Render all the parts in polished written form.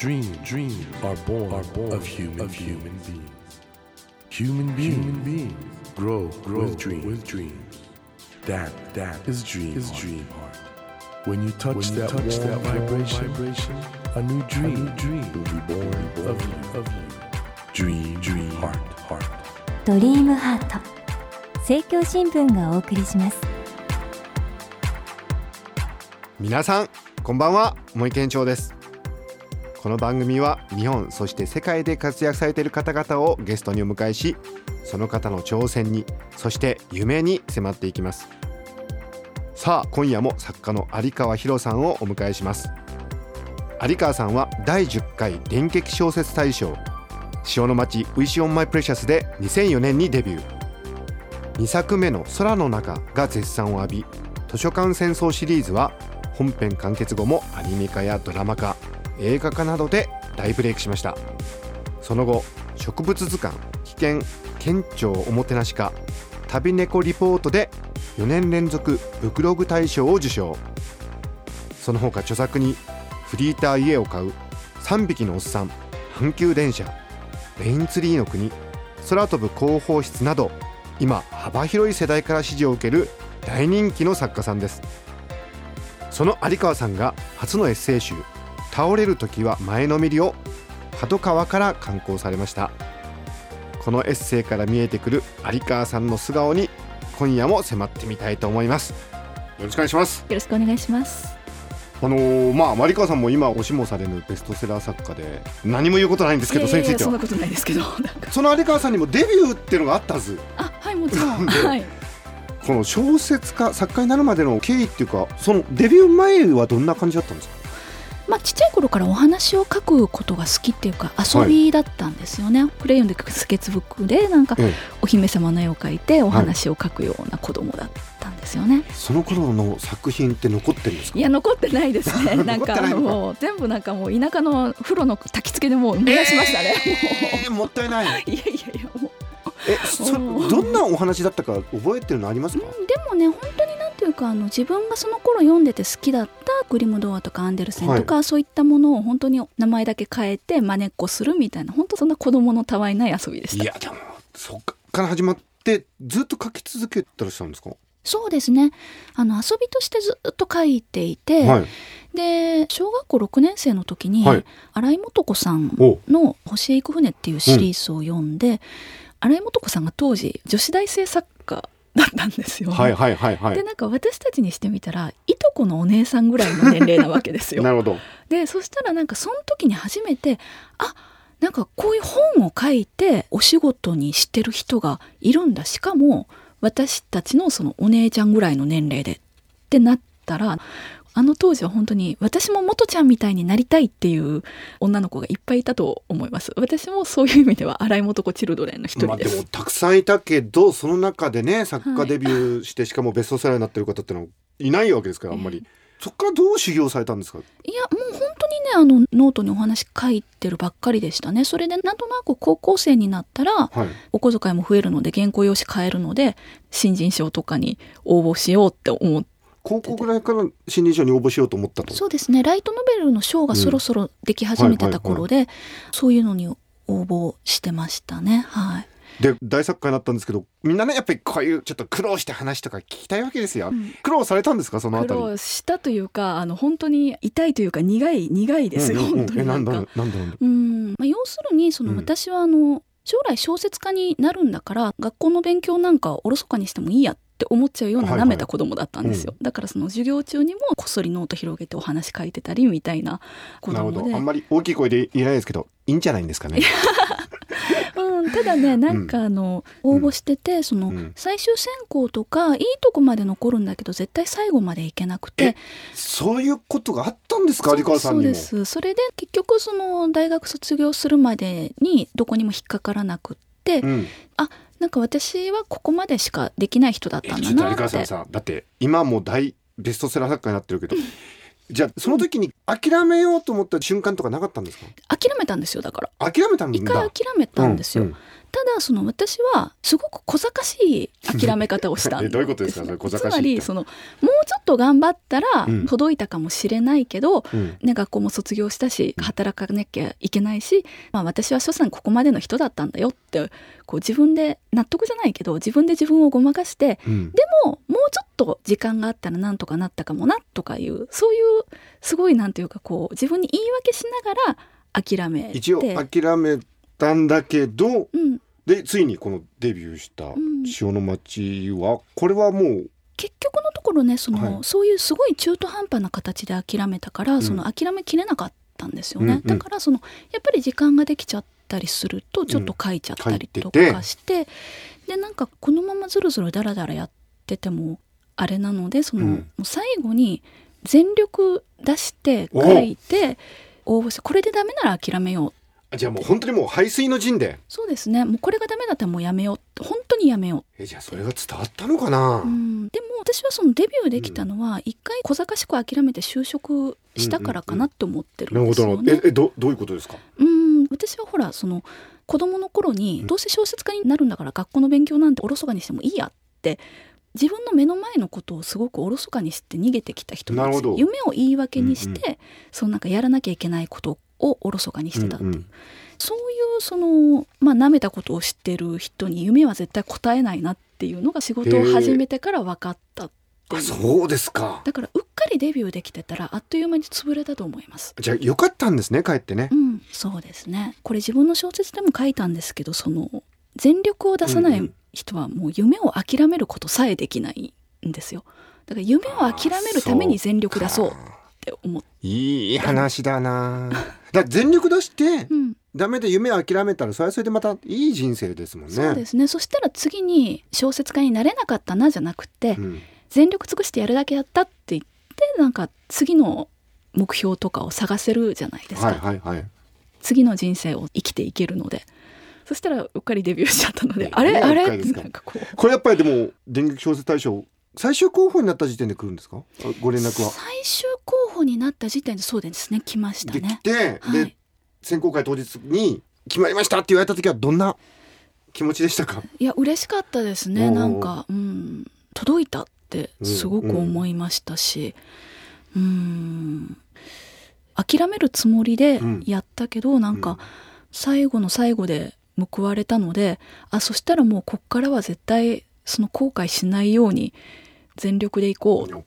Dreams are born of human beings. Human beings grow with dreams. That is dream heart. When you touch that vibration, a new dream will be born of you. Dream heart. ドリームハート、政教新聞がお送りします。 皆さんこんばんは、森健長です。この番組は日本そして世界で活躍されている方々をゲストにお迎えし、その方の挑戦にそして夢に迫っていきます。さあ今夜も作家の有川博さんをお迎えします。有川さんは第10回連劇小説大賞潮の町 Wish on My Precious で2004年にデビュー。2作目の空の中が絶賛を浴び、図書館戦争シリーズは本編完結後もアニメ化やドラマ化、映画化などで大ブレイクしました。その後植物図鑑、危険、県庁おもてなし家、旅猫リポートで4年連続ブクログ大賞を受賞。その他著作にフリーター家を買う、3匹のおっさん、阪急電車、レインツリーの国、空飛ぶ広報室など今幅広い世代から支持を受ける大人気の作家さんです。その有川さんが初のエッセイ集倒れる時は前のめりを角川から刊行されました。このエッセイから見えてくる有川さんの素顔に今夜も迫ってみたいと思います。よろしくお願いします。 よろしくお願いします。 有川さんも今押しもされぬベストセラー作家で何も言うことないんですけど、それについてはそんなことないですけど、 その有川さんにもデビューっていうのがあったはず。 はいもちろんはい。 この小説家作家になるまでの経緯っていうか、そのデビュー前はどんな感じだったんですか？ ちっちゃい頃からお話を書くことが好きっていうか遊びだったんですよね、クレヨンでスケッチブックでお姫様の絵を描いてお話を書くような子供だったんですよね、 その頃の作品って残ってるんですか？ いや残ってないですねなんかもう全部もう田舎の風呂の焚き付けでもう燃やしましたね、 もったいない。 いやもうどんなお話だったか覚えてるのありますか？ でもね、本当になんていうか自分がその頃読んでて好きだったグリム童話とかアンデルセンとか、そういったものを本当に名前だけ変えて真似っこするみたいな、本当そんな子供のたわいない遊びでした。 いやでもそっから始まってずっと書き続けてらっしゃるんですか？ そうですね、遊びとしてずっと書いていて、で小学校6年生の時に、新井素子さんの星へ行く船っていうシリーズを読んで、新井素子さんが当時女子大生作家だったんですよ、でなんか私たちにしてみたらいとこのお姉さんぐらいの年齢なわけですよなるほど。 でそしたらなんかその時に初めてなんかこういう本を書いてお仕事にしてる人がいるんだ、しかも私たちのそのお姉ちゃんぐらいの年齢でってなったら、当時は本当に私も元ちゃんみたいになりたいっていう女の子がいっぱいいたと思います。私もそういう意味では新井素子チルドレンの一人です。 でもたくさんいたけど、その中でね作家デビューして、しかもベストセラーになってる方ってのはいないわけですから、あんまり。そっからどう修行されたんですか？ いやもう本当にねノートにお話書いてるばっかりでしたね。それでなんとなく高校生になったら、お小遣いも増えるので原稿用紙買えるので新人賞とかに応募しようって思って、 高校ぐらいから新人賞に応募しようと思ったと。 そうですね、ライトノベルの賞がそろそろでき始めてた頃で、そういうのに応募してましたね。 で大作家になったんですけど、みんなねやっぱりこういうちょっと苦労した話とか聞きたいわけですよ、苦労されたんですか？そのあたり。 苦労したというか本当に痛いというか苦いですよ、本当になんか要するに私は将来小説家になるんだから学校の勉強なんかおろそかにしてもいいやって思っちゃうような舐めた子供だったんですよ、だからその授業中にもこっそりノート広げてお話書いてたりみたいな子供で。 なるほど。あんまり大きい声で言えないですけどいいんじゃないんですかねただねなんか応募してて最終選考とかいいとこまで残るんだけど絶対最後までいけなくて。 そういうことがあったんですか？有川さんにも。 そうです。それで結局大学卒業するまでにどこにも引っかからなくって、なんか私はここまでしかできない人だったんだなって。 有川さんさ、だって今も大ベストセラー作家になってるけど、じゃあその時に諦めようと思った瞬間とかなかったんですか？ 諦めたんですよ。だから諦めたんだ。 一回諦めたんですよ、 ただその私はすごく小賢しい諦め方をしたんですどういうことですかそれ小賢しいって。 つまりそのもうちょっと頑張ったらうん届いたかもしれないけど、 うんね、学校も卒業したし働かなきゃいけないし、まあ、私は所詮ここまでの人だったんだよってこう自分で納得じゃないけど自分で自分をごまかしてうんでももうちょっと時間があったらなんとかなったかもなとかいうそういうすごいなんていうかこう自分に言い訳しながら諦めて一応諦めたんだけど、 うん、 でついにこのデビューした塩の町は、これはもう結局のところねはいそういうすごい中途半端な形で諦めたから、 んその諦めきれなかったんですよね、 うんうんだからやっぱり時間ができちゃったりするとちょっと書いちゃったりと書いてかして、でなんかこのままずるずるだらだらやっててもあれなのでうんもう最後に全力出して書いて応募してこれでダメなら諦めよう。 じゃあもう本当にもう背水の陣で、 そうですねもうこれがダメだったらもうやめよう本当にやめよう。 じゃあそれが伝わったのかな、 でも私はそのデビューできたのは一回小賢しく諦めて就職したからかなって思ってるなんるほですよね。 どどういうことですか。 私はほら子供の頃にどうせ小説家になるんだから学校の勉強なんておろそかにしてもいいやって自分の目の前のことをすごくおろそかにして逃げてきた人なんですよ。 なるほど夢を言い訳にして、なんかやらなきゃいけないことをおろそかにしてたっていう、そういう舐めたことを知ってる人に夢は絶対答えないなっていうのが仕事を始めてから分かったっていう。 そうですか。 だからうっかりデビューできてたらあっという間に潰れたと思います。 じゃあよかったんですね、帰ってね。 そうですね。これ自分の小説でも書いたんですけど全力を出さない人はもう夢を諦めることさえできないんですよ。だから夢を諦めるために全力出そうって思って。 いい話だな。だから全力出して、ダメで夢を諦めたらそれはそれでまたいい人生ですもんね。 そうですね。そしたら次に小説家になれなかったなじゃなくて、全力尽くしてやるだけやったって言ってなんか次の目標とかを探せるじゃないですか、次の人生を生きていけるので。そしたらうっかりデビューしちゃったので、あれなんかこれやっぱりでも電撃小説大賞最終候補になった時点で来るんですか、ご連絡は。 最終候補になった時点でそうですね、来ましたね。 で来て、で選考会当日に決まりましたって言われた時はどんな気持ちでしたか。 いや嬉しかったですね。なんか、届いたってすごく思いましたし、諦めるつもりでやったけど、なんか最後の最後で報われたので、そしたらもうこっからは絶対後悔しないように全力でいこうって、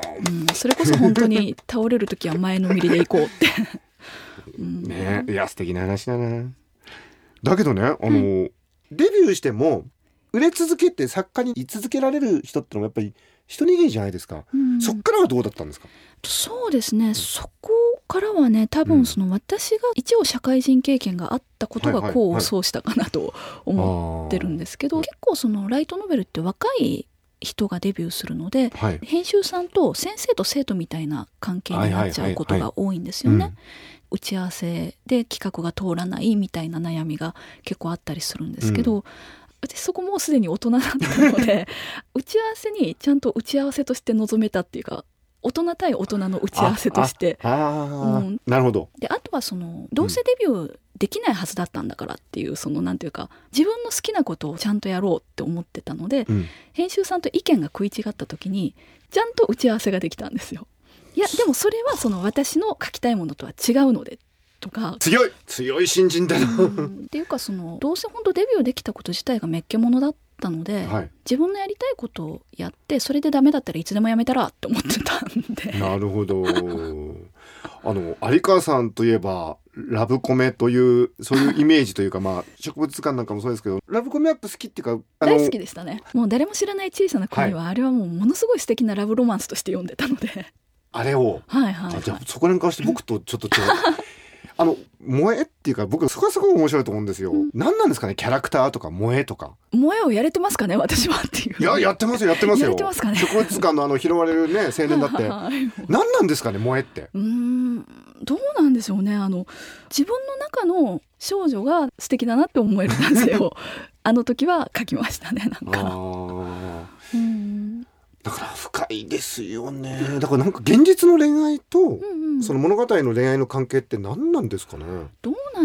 それこそ本当に倒れる時は前のめりでいこうってね、いや素敵な話だな。だけどね、デビューしても売れ続けて作家に居続けられる人ってのがやっぱり一握りじゃないですか、そっからはどうだったんですか。 そうですね、そこからはね、多分私が一応社会人経験があったことが功を奏したかなと思ってるんですけど、結構ライトノベルって若い人がデビューするので、編集さんと先生と生徒みたいな関係になっちゃうことが多いんですよね。打ち合わせで企画が通らないみたいな悩みが結構あったりするんですけど、私そこもうすでに大人だったので打ち合わせにちゃんと打ち合わせとして臨めたっていうか、大人対大人の打ち合わせとして。 なるほど。 であとはどうせデビューできないはずだったんだからっていうなんていうか、自分の好きなことをちゃんとやろうって思ってたので、編集さんと意見が食い違った時にちゃんと打ち合わせができたんですよ。いやでもそれは私の書きたいものとは違うのでとか、 強い新人だなっていうかどうせ本当デビューできたこと自体がめっけものだったので、自分のやりたいことをやって、それでダメだったらいつでもやめたらって思ってたんで。 なるほど。有川さんといえばラブコメというそういうイメージというか植物図鑑なんかもそうですけど、ラブコメやっぱ好きっていうか大好きでしたね。もう誰も知らない小さな国は、あれはもうものすごい素敵なラブロマンスとして読んでたので、 あれをじゃあそこら辺からして僕とちょっと違う萌えっていうか、僕そこはすごい面白いと思うんですよ。何なんですかね、キャラクターとか萌えとか。 萌えをやれてますかね、私はっていう。 いや、やってますよやってますよ。 やれてますかね。 植物図鑑の拾われるね青年だって何なんですかね、萌えって。 どうなんでしょうね。自分の中の少女が素敵だなって思える男性を時は書きましたね。なんかだから深いですよね。だからなんか現実の恋愛と、その物語の恋愛の関係って何なんですかね。 どうなん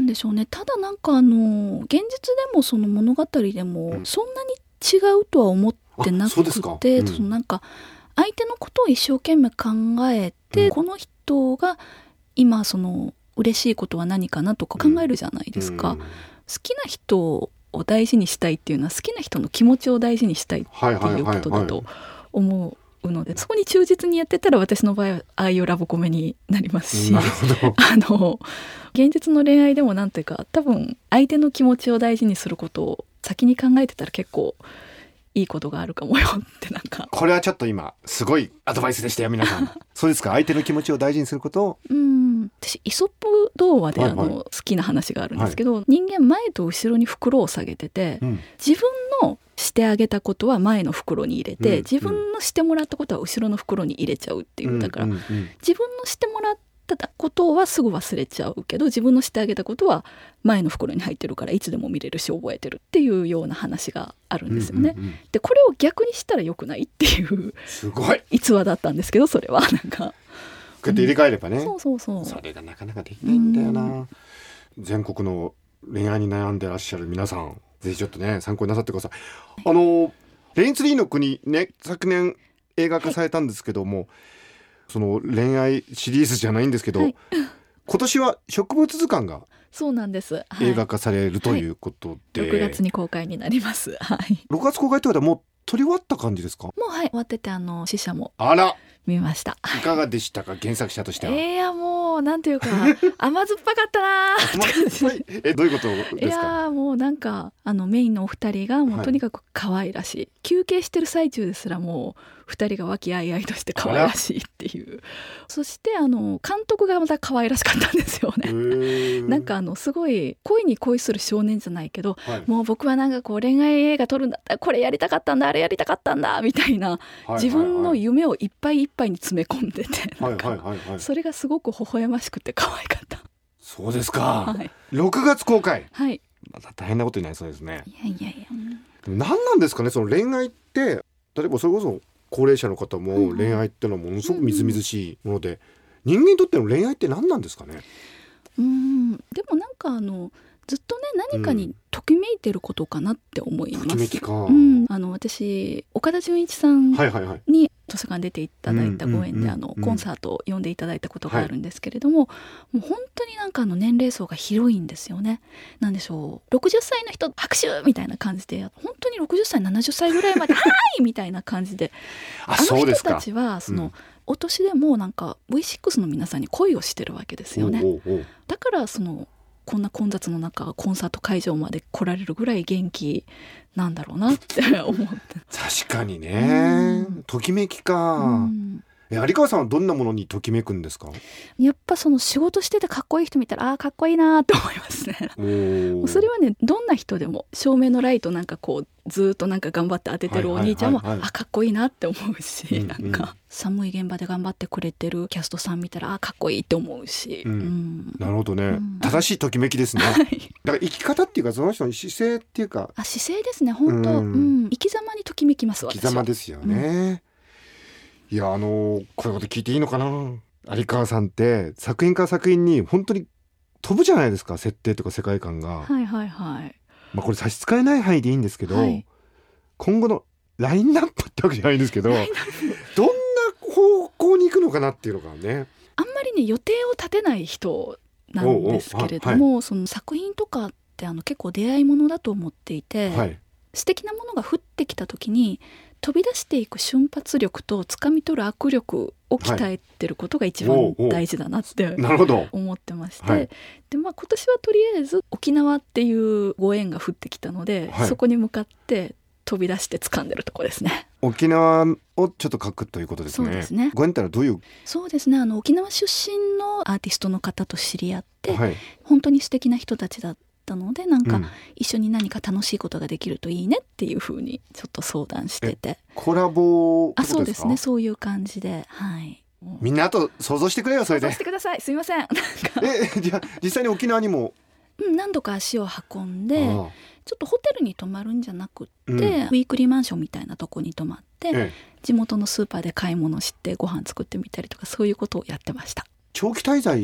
なんでしょうね。ただなんか現実でもその物語でもそんなに違うとは思ってなくて、そのなんか相手のことを一生懸命考えて、この人が今その嬉しいことは何かなとか考えるじゃないですか。好きな人を大事にしたいっていうのは好きな人の気持ちを大事にしたいっていうことだと思うので、そこに忠実にやってたら私の場合はああいうラブコメになりますし、現実の恋愛でもなんていうか、多分相手の気持ちを大事にすることを先に考えてたら結構いいことがあるかもよってなんか。 これはちょっと今すごいアドバイスでしたよ皆さん。そうですか、相手の気持ちを大事にすることを。 私イソップ童話で好きな話があるんですけど、人間前と後ろに袋を下げてて、自分のしてあげたことは前の袋に入れて、自分のしてもらったことは後ろの袋に入れちゃうっていう。だから、自分のしてもらったことはすぐ忘れちゃうけど、自分のしてあげたことは前の袋に入ってるからいつでも見れるし覚えてるっていうような話があるんですよね。でこれを逆にしたらよくないっていうすごい逸話だったんですけど、それはなんかこうやって入れ替えればね、 それがなかなかできないんだよな。全国の恋愛に悩んでらっしゃる皆さん、ぜひちょっとね参考になさってください。レインツリーの国ね、昨年映画化されたんですけども、その恋愛シリーズじゃないんですけど、今年は植物図鑑がそうなんです、 映画化されるということで、 6月に公開になります。 6月公開ってことはもう撮り終わった感じですか？ もう終わってて死者もあら見ました。 いかがでしたか原作者としては。 いやもうなんていうか甘酸っぱかったなどういうことですか？ いやもうなんかメインのお二人がもうとにかく可愛らしい、休憩してる最中ですらもう二人が和気あいあいとして可愛らしいっていう。そして監督がまた可愛らしかったんですよね。なんかすごい恋に恋する少年じゃないけど、もう僕はなんかこう恋愛映画撮るんだったらこれやりたかったんだあれやりたかったんだみたいな、自分の夢をいっぱいいっぱいに詰め込んでて、なんかそれがすごく微笑ましくて可愛かった。 そうですか、6月公開、また大変なことになりそうですね。 いやでも何なんですかね、その恋愛って。例えばそれこそ高齢者の方も恋愛ってのはものすごくみずみずしいもので、人間にとっての恋愛って何なんですかね。 でもなんかずっとね何かにときめいてることかなって思います。 ときめきか。 私岡田准一さんに図書館出ていただいたご縁でコンサートを呼んでいただいたことがあるんですけれども、もう本当になんか年齢層が広いんですよね。なんでしょう、60歳の人拍手みたいな感じで、本当に60歳70歳ぐらいまではいみたいな感じでの人たちはそのお年でもなんか V6 の皆さんに恋をしてるわけですよね。だからこんな混雑の中コンサート会場まで来られるぐらい元気なんだろうなって思って確かにね、ときめきか。有川さんはどんなものにときめくんですか？ やっぱその仕事しててかっこいい人見たらかっこいいなって思いますね。それはねどんな人でも、照明のライトなんかこうずっとなんか頑張って当ててるお兄ちゃんもかっこいいなって思うし、なんか寒い現場で頑張ってくれてるキャストさん見たらかっこいいって思うし、 なるほどね、正しいときめきですね。だから生き方っていうかその人の姿勢っていうか姿勢ですね本当、生き様にときめきます。 生き様ですよね。いやこういうこと聞いていいのかな。有川さんって作品から作品に本当に飛ぶじゃないですか、設定とか世界観が。これ差し支えない範囲でいいんですけど、今後のラインナップってわけじゃないんですけどどんな方向に行くのかなっていうのがね。 あんまりね予定を立てない人なんですけれども、その作品とかって結構出会いものだと思っていて、素敵なものが降ってきた時に飛び出していく瞬発力と掴み取る握力を鍛えてることが一番大事だなって思ってまして、で今年はとりあえず沖縄っていうご縁が降ってきたので、そこに向かって飛び出して掴んでるとこですね。 沖縄をちょっと書くということですね。 そうですね。 ご縁ってのはどういう？ そうですね、沖縄出身のアーティストの方と知り合って、本当に素敵な人たちだったので、なんか一緒に何か楽しいことができるといいねっていう風にちょっと相談してて。 コラボってことですか？ そうですね、そういう感じで、 みんなあと想像してくれよ、それで。 想像してください、すいません。 じゃあ実際に沖縄にも何度か足を運んで、ちょっとホテルに泊まるんじゃなくって、ウィークリーマンションみたいなとこに泊まって、地元のスーパーで買い物してご飯作ってみたりとか、そういうことをやってました。 長期滞在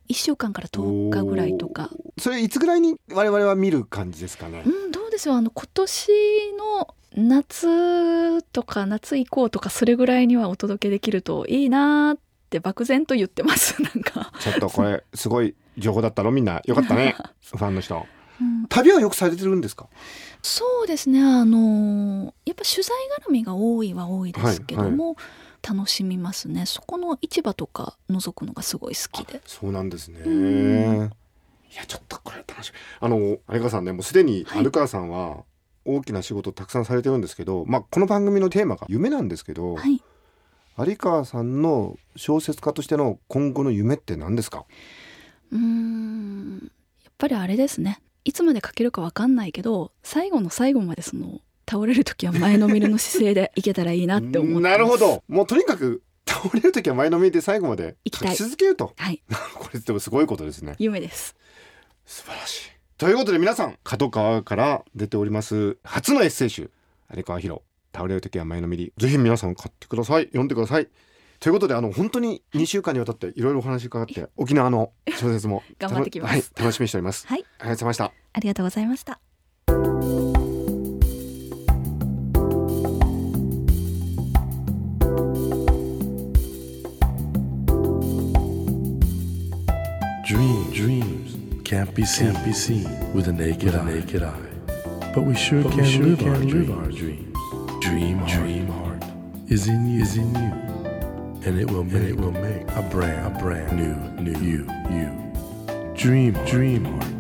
1週間から10日ぐらいとか。 それいつぐらいに我々は見る感じですかね。 どうでしょう、今年の夏とか夏以降とか、それぐらいにはお届けできるといいなって漠然と言ってますなんかちょっとこれすごい情報だったの、みんなよかったねファンの人、旅はよくされてるんですか？ そうですね、やっぱ取材絡みが多いは多いですけども、楽しみますね。そこの市場とか覗くのがすごい好きで。 そうなんですね。いやちょっとこれ楽しみ。有川さんね、もうすでに有川さんは大きな仕事たくさんされてるんですけど、この番組のテーマが夢なんですけど、有川さんの小説家としての今後の夢って何ですか？ やっぱりあれですね、いつまで書けるか分かんないけど、最後の最後までその倒れる時は前のめりの姿勢でいけたらいいなって思ってます。 なるほど。もうとにかく倒れる時は前のめりで最後まで書き続けると。これでもすごいことですね。 夢です。 素晴らしい。ということで皆さん、角川から出ております初のエッセイ集、有川博、倒れる時は前のめり、ぜひ皆さん買ってください、読んでください。ということで本当に2週間にわたっていろいろお話伺って、沖縄の小説も頑張ってきます、 楽しみにしております。ありがとうございました。 ありがとうございました。 Dreams can't be seen with a naked eye. But we sure can live our dreams. Dream heart is in you. And it will make a brand new you. Dream heart.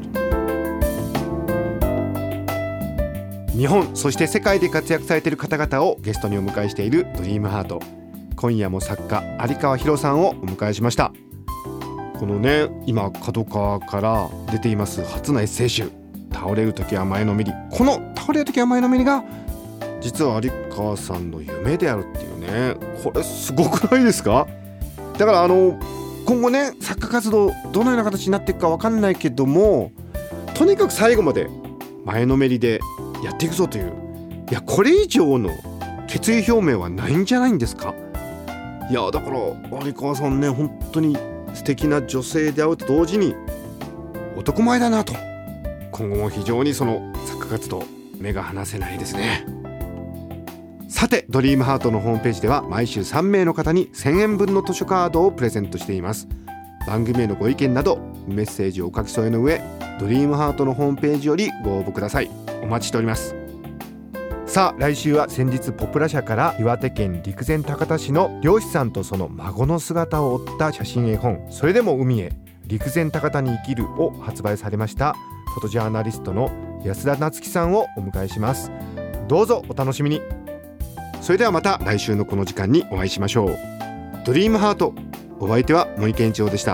日本そして世界で活躍されている方々をゲストにお迎えしているドリームハート。今夜も作家有川博さんをお迎えしました。このね、今角川から出ています初のエッセイ集、倒れる時は前のめり。この倒れる時は前のめりが実は有川さんの夢であるっていうね、これすごくないですか？だから今後ね、作家活動どのような形になっていくか分かんないけども、とにかく最後まで前のめりでやっていくぞという、いやこれ以上の決意表明はないんじゃないんですか？いやだから有川さんね、本当に素敵な女性であると同時に男前だなと、今後も非常にその作家活動目が離せないですね。さてドリームハートのホームページでは毎週3名の方に1000円分の図書カードをプレゼントしています。番組へのご意見などメッセージをお書き添えの上、ドリームハートのホームページよりご応募ください。お待ちしております。さあ来週は先日ポプラ社から岩手県陸前高田市の漁師さんとその孫の姿を追った写真絵本、それでも海へ陸前高田に生きるを発売されましたフォトジャーナリストの安田夏樹さんをお迎えします。どうぞお楽しみに。それではまた来週のこの時間にお会いしましょう。ドリームハート、お相手は森健一郎でした。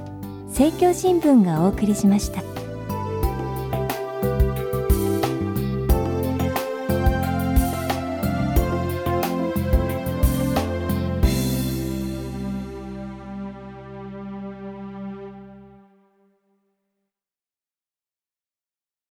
ドリームハート、政教新聞がお送りしました。